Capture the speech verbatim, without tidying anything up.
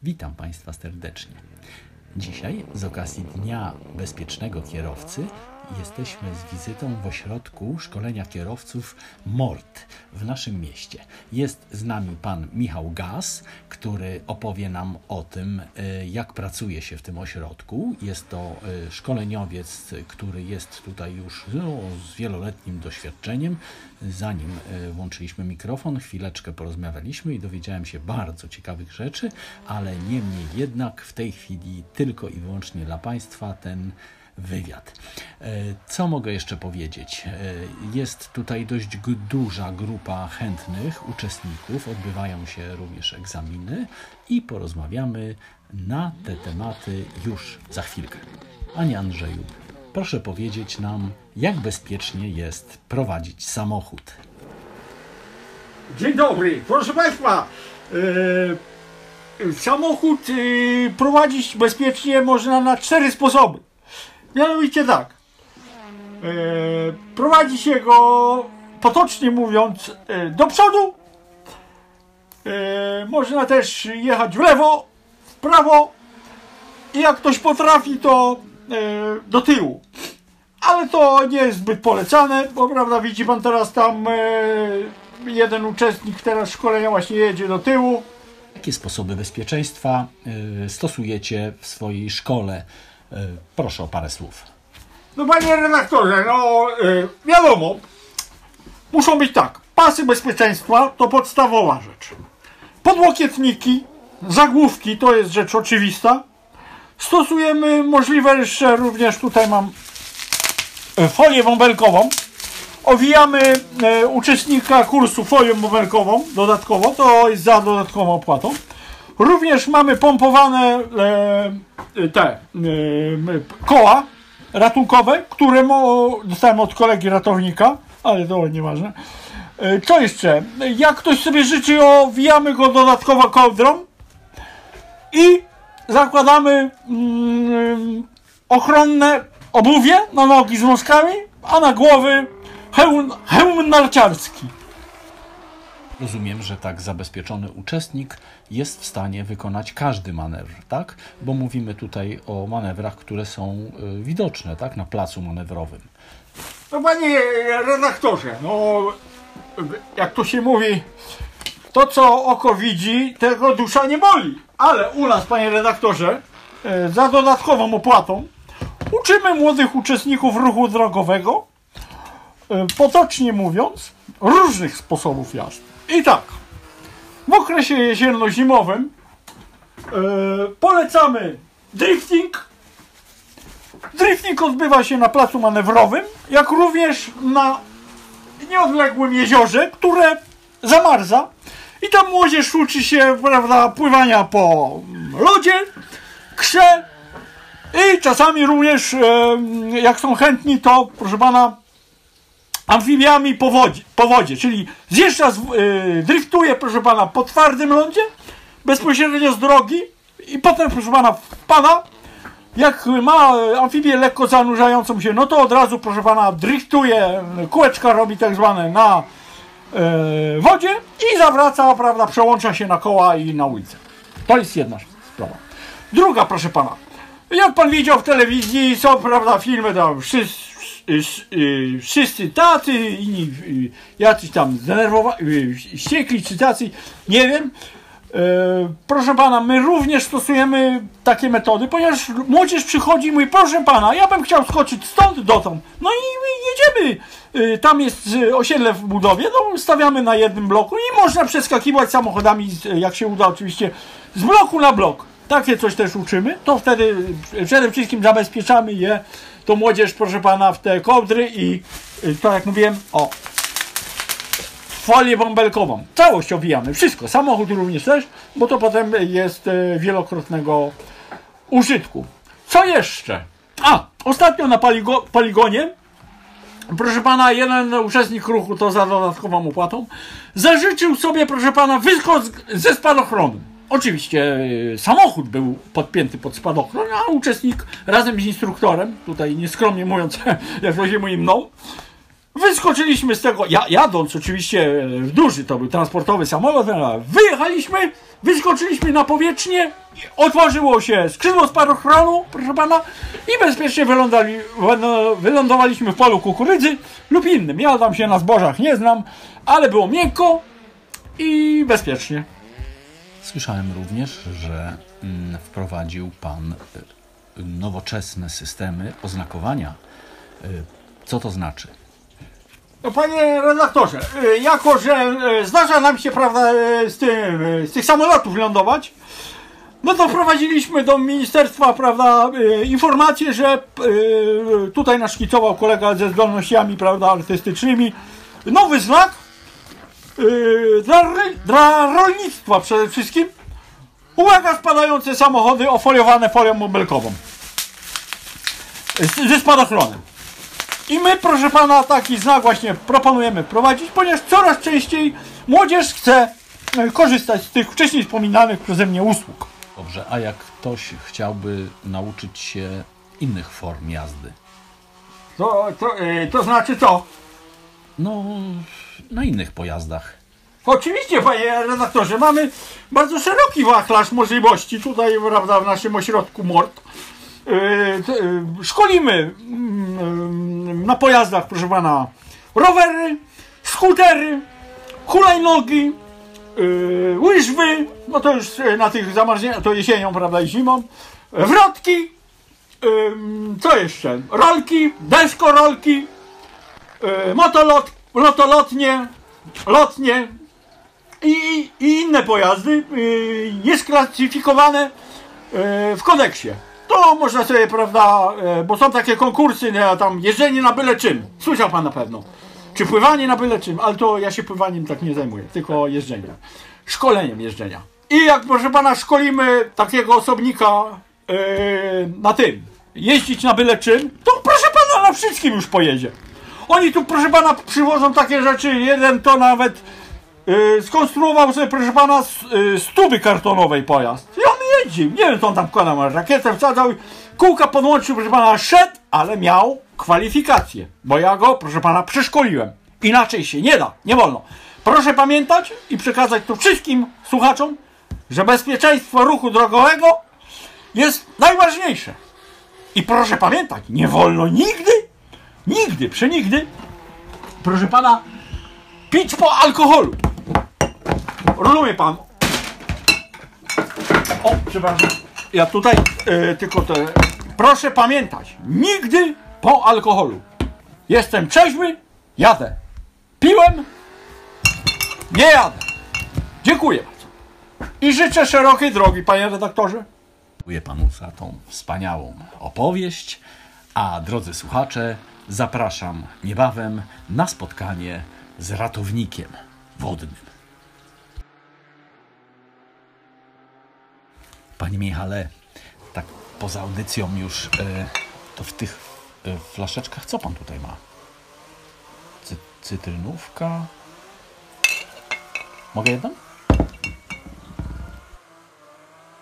Witam Państwa serdecznie. Dzisiaj z okazji Dnia Bezpiecznego Kierowcy jesteśmy z wizytą w ośrodku szkolenia kierowców MORT w naszym mieście. Jest z nami pan Michał Gaz, który opowie nam o tym, jak pracuje się w tym ośrodku. Jest to szkoleniowiec, który jest tutaj już no, z wieloletnim doświadczeniem. Zanim włączyliśmy mikrofon, chwileczkę porozmawialiśmy i dowiedziałem się bardzo ciekawych rzeczy, ale niemniej jednak w tej chwili tylko i wyłącznie dla Państwa ten wywiad. Co mogę jeszcze powiedzieć? Jest tutaj dość duża grupa chętnych uczestników, odbywają się również egzaminy i porozmawiamy na te tematy już za chwilkę. Panie Andrzeju, proszę powiedzieć nam, jak bezpiecznie jest prowadzić samochód. Dzień dobry, proszę Państwa. Yy, samochód yy, prowadzić bezpiecznie można na cztery sposoby. Mianowicie tak, e, prowadzi się go, potocznie mówiąc, e, do przodu, e, można też jechać w lewo, w prawo i jak ktoś potrafi, to e, do tyłu. Ale to nie jest zbyt polecane, bo prawda, widzi pan teraz tam e, jeden uczestnik teraz szkolenia właśnie jedzie do tyłu. Jakie sposoby bezpieczeństwa y, stosujecie w swojej szkole? Proszę o parę słów. No panie redaktorze, no yy, wiadomo, muszą być tak, pasy bezpieczeństwa to podstawowa rzecz. Podłokietniki, zagłówki to jest rzecz oczywista. Stosujemy możliwe jeszcze, również tutaj mam folię bąbelkową. Owijamy e, uczestnika kursu folią bąbelkową dodatkowo, to jest za dodatkową opłatą. Również mamy pompowane e, te e, koła ratunkowe, które mo, dostałem od kolegi ratownika, ale to nieważne. E, co jeszcze? Jak ktoś sobie życzy, owijamy go dodatkowo kołdrą i zakładamy mm, ochronne obuwie na nogi z noskami, a na głowy hełm, hełm narciarski. Rozumiem, że tak zabezpieczony uczestnik jest w stanie wykonać każdy manewr, tak? Bo mówimy tutaj o manewrach, które są y, widoczne, tak? Na placu manewrowym. No panie redaktorze, no jak to się mówi, to co oko widzi, tego dusza nie boli. Ale u nas, panie redaktorze, za dodatkową opłatą uczymy młodych uczestników ruchu drogowego, potocznie mówiąc, różnych sposobów jazdy. I tak, w okresie jesienno-zimowym yy, polecamy drifting. Drifting odbywa się na placu manewrowym, jak również na nieodległym jeziorze, które zamarza. I tam młodzież uczy się, prawda, pływania po lodzie, krze i czasami również, yy, jak są chętni, to proszę pana, amfibiami po wodzie, po wodzie, czyli zjeżdża, z, yy, driftuje, proszę pana, po twardym lądzie, bezpośrednio z drogi i potem, proszę pana, wpada. Jak ma amfibię lekko zanurzającą się, no to od razu, proszę pana, driftuje, kółeczka robi tak zwane na yy, wodzie i zawraca, prawda, przełącza się na koła i na ulicę. To jest jedna sprawa. Druga, proszę pana, jak pan widział w telewizji, są, prawda, filmy tam wszyscy, wszyscy tacy, inni jacyś tam zdenerwowani, wściekli czy tacy, nie wiem. E, proszę pana, my również stosujemy takie metody, ponieważ młodzież przychodzi i mówi, proszę pana, ja bym chciał skoczyć stąd dotąd. No i jedziemy. E, tam jest osiedle w budowie, no stawiamy na jednym bloku i można przeskakiwać samochodami, jak się uda oczywiście, z bloku na blok. Takie coś też uczymy, to wtedy przede wszystkim zabezpieczamy je, to młodzież, proszę pana, w te kołdry i to, jak mówiłem, o folię bąbelkową. Całość owijamy, wszystko, samochód również też, bo to potem jest wielokrotnego użytku. Co jeszcze? A, ostatnio na poligo, poligonie, proszę pana, jeden uczestnik ruchu, to za dodatkową opłatą, zażyczył sobie, proszę pana, wyskok ze spadochronem. Oczywiście samochód był podpięty pod spadochron, a uczestnik razem z instruktorem, tutaj nieskromnie mówiąc, jak to się mówi, mną, wyskoczyliśmy z tego, ja, jadąc oczywiście w duży, to był transportowy samolot, wyjechaliśmy, wyskoczyliśmy na powierzchnię otworzyło się skrzydło spadochronu, proszę pana, i bezpiecznie wylądali, wylądowaliśmy w polu kukurydzy lub innym. Ja tam się na zbożach nie znam, ale było miękko i bezpiecznie. Słyszałem również, że mm, wprowadził pan y, nowoczesne systemy oznakowania. Y, co to znaczy? No, panie redaktorze, y, jako że y, zdarza nam się, prawda, y, z, tym, y, z tych samolotów lądować, no to wprowadziliśmy do ministerstwa, prawda, y, informację, że y, tutaj naszkicował kolega ze zdolnościami, prawda, artystycznymi, nowy znak y, dla, dla rolnictwa przede wszystkim. Uwaga, spadające samochody ofoliowane folią bąbelkową z, ze spadochronem. I my, proszę pana, taki znak właśnie proponujemy wprowadzić, ponieważ coraz częściej młodzież chce korzystać z tych wcześniej wspominanych przeze mnie usług. Dobrze, a jak ktoś chciałby nauczyć się innych form jazdy? To, to, yy, to znaczy co? No, na innych pojazdach. Oczywiście, panie redaktorze, mamy bardzo szeroki wachlarz możliwości tutaj, prawda, w naszym ośrodku MORT. Yy, yy, szkolimy yy, na pojazdach, proszę pana, rowery, skutery, hulajnogi, yy, łyżwy, no to już na tych zamarznięciach, to jesienią, prawda, i zimą, wrotki, yy, co jeszcze, rolki, deskorolki, yy, motolot, lotolotnie, lotnie i, i inne pojazdy yy, niesklasyfikowane yy, w kodeksie. To można sobie, prawda, bo są takie konkursy, nie, tam jeżdżenie na byle czym. Słyszał pan na pewno. Czy pływanie na byle czym, ale to ja się pływaniem tak nie zajmuję, tylko jeżdżeniem. Szkoleniem jeżdżenia. I jak, proszę pana, szkolimy takiego osobnika yy, na tym, jeździć na byle czym, to proszę pana na wszystkim już pojedzie. Oni tu, proszę pana, przywożą takie rzeczy, jeden to nawet yy, skonstruował sobie, proszę pana, z, yy, z tuby kartonowej pojazd. I on jeździł, nie wiem co on tam wkładał, ale rakietę wsadzał, kółka podłączył, proszę pana, szedł, ale miał kwalifikacje, bo ja go, proszę pana, przeszkoliłem. Inaczej się nie da, nie wolno. Proszę pamiętać i przekazać tu wszystkim słuchaczom, że bezpieczeństwo ruchu drogowego jest najważniejsze. I proszę pamiętać, nie wolno nigdy, nigdy, przenigdy, proszę pana, pić po alkoholu. Rozumie pan? O, przepraszam. Ja tutaj yy, tylko te... Proszę pamiętać, nigdy po alkoholu. Jestem trzeźwy, jadę. Piłem, nie jadę. Dziękuję bardzo. I życzę szerokiej drogi, panie redaktorze. Dziękuję panu za tą wspaniałą opowieść, a drodzy słuchacze, zapraszam niebawem na spotkanie z ratownikiem wodnym. Panie Michale, tak poza audycją już, e, to w tych e, flaszeczkach co pan tutaj ma? Cy cytrynówka? Mogę jedną?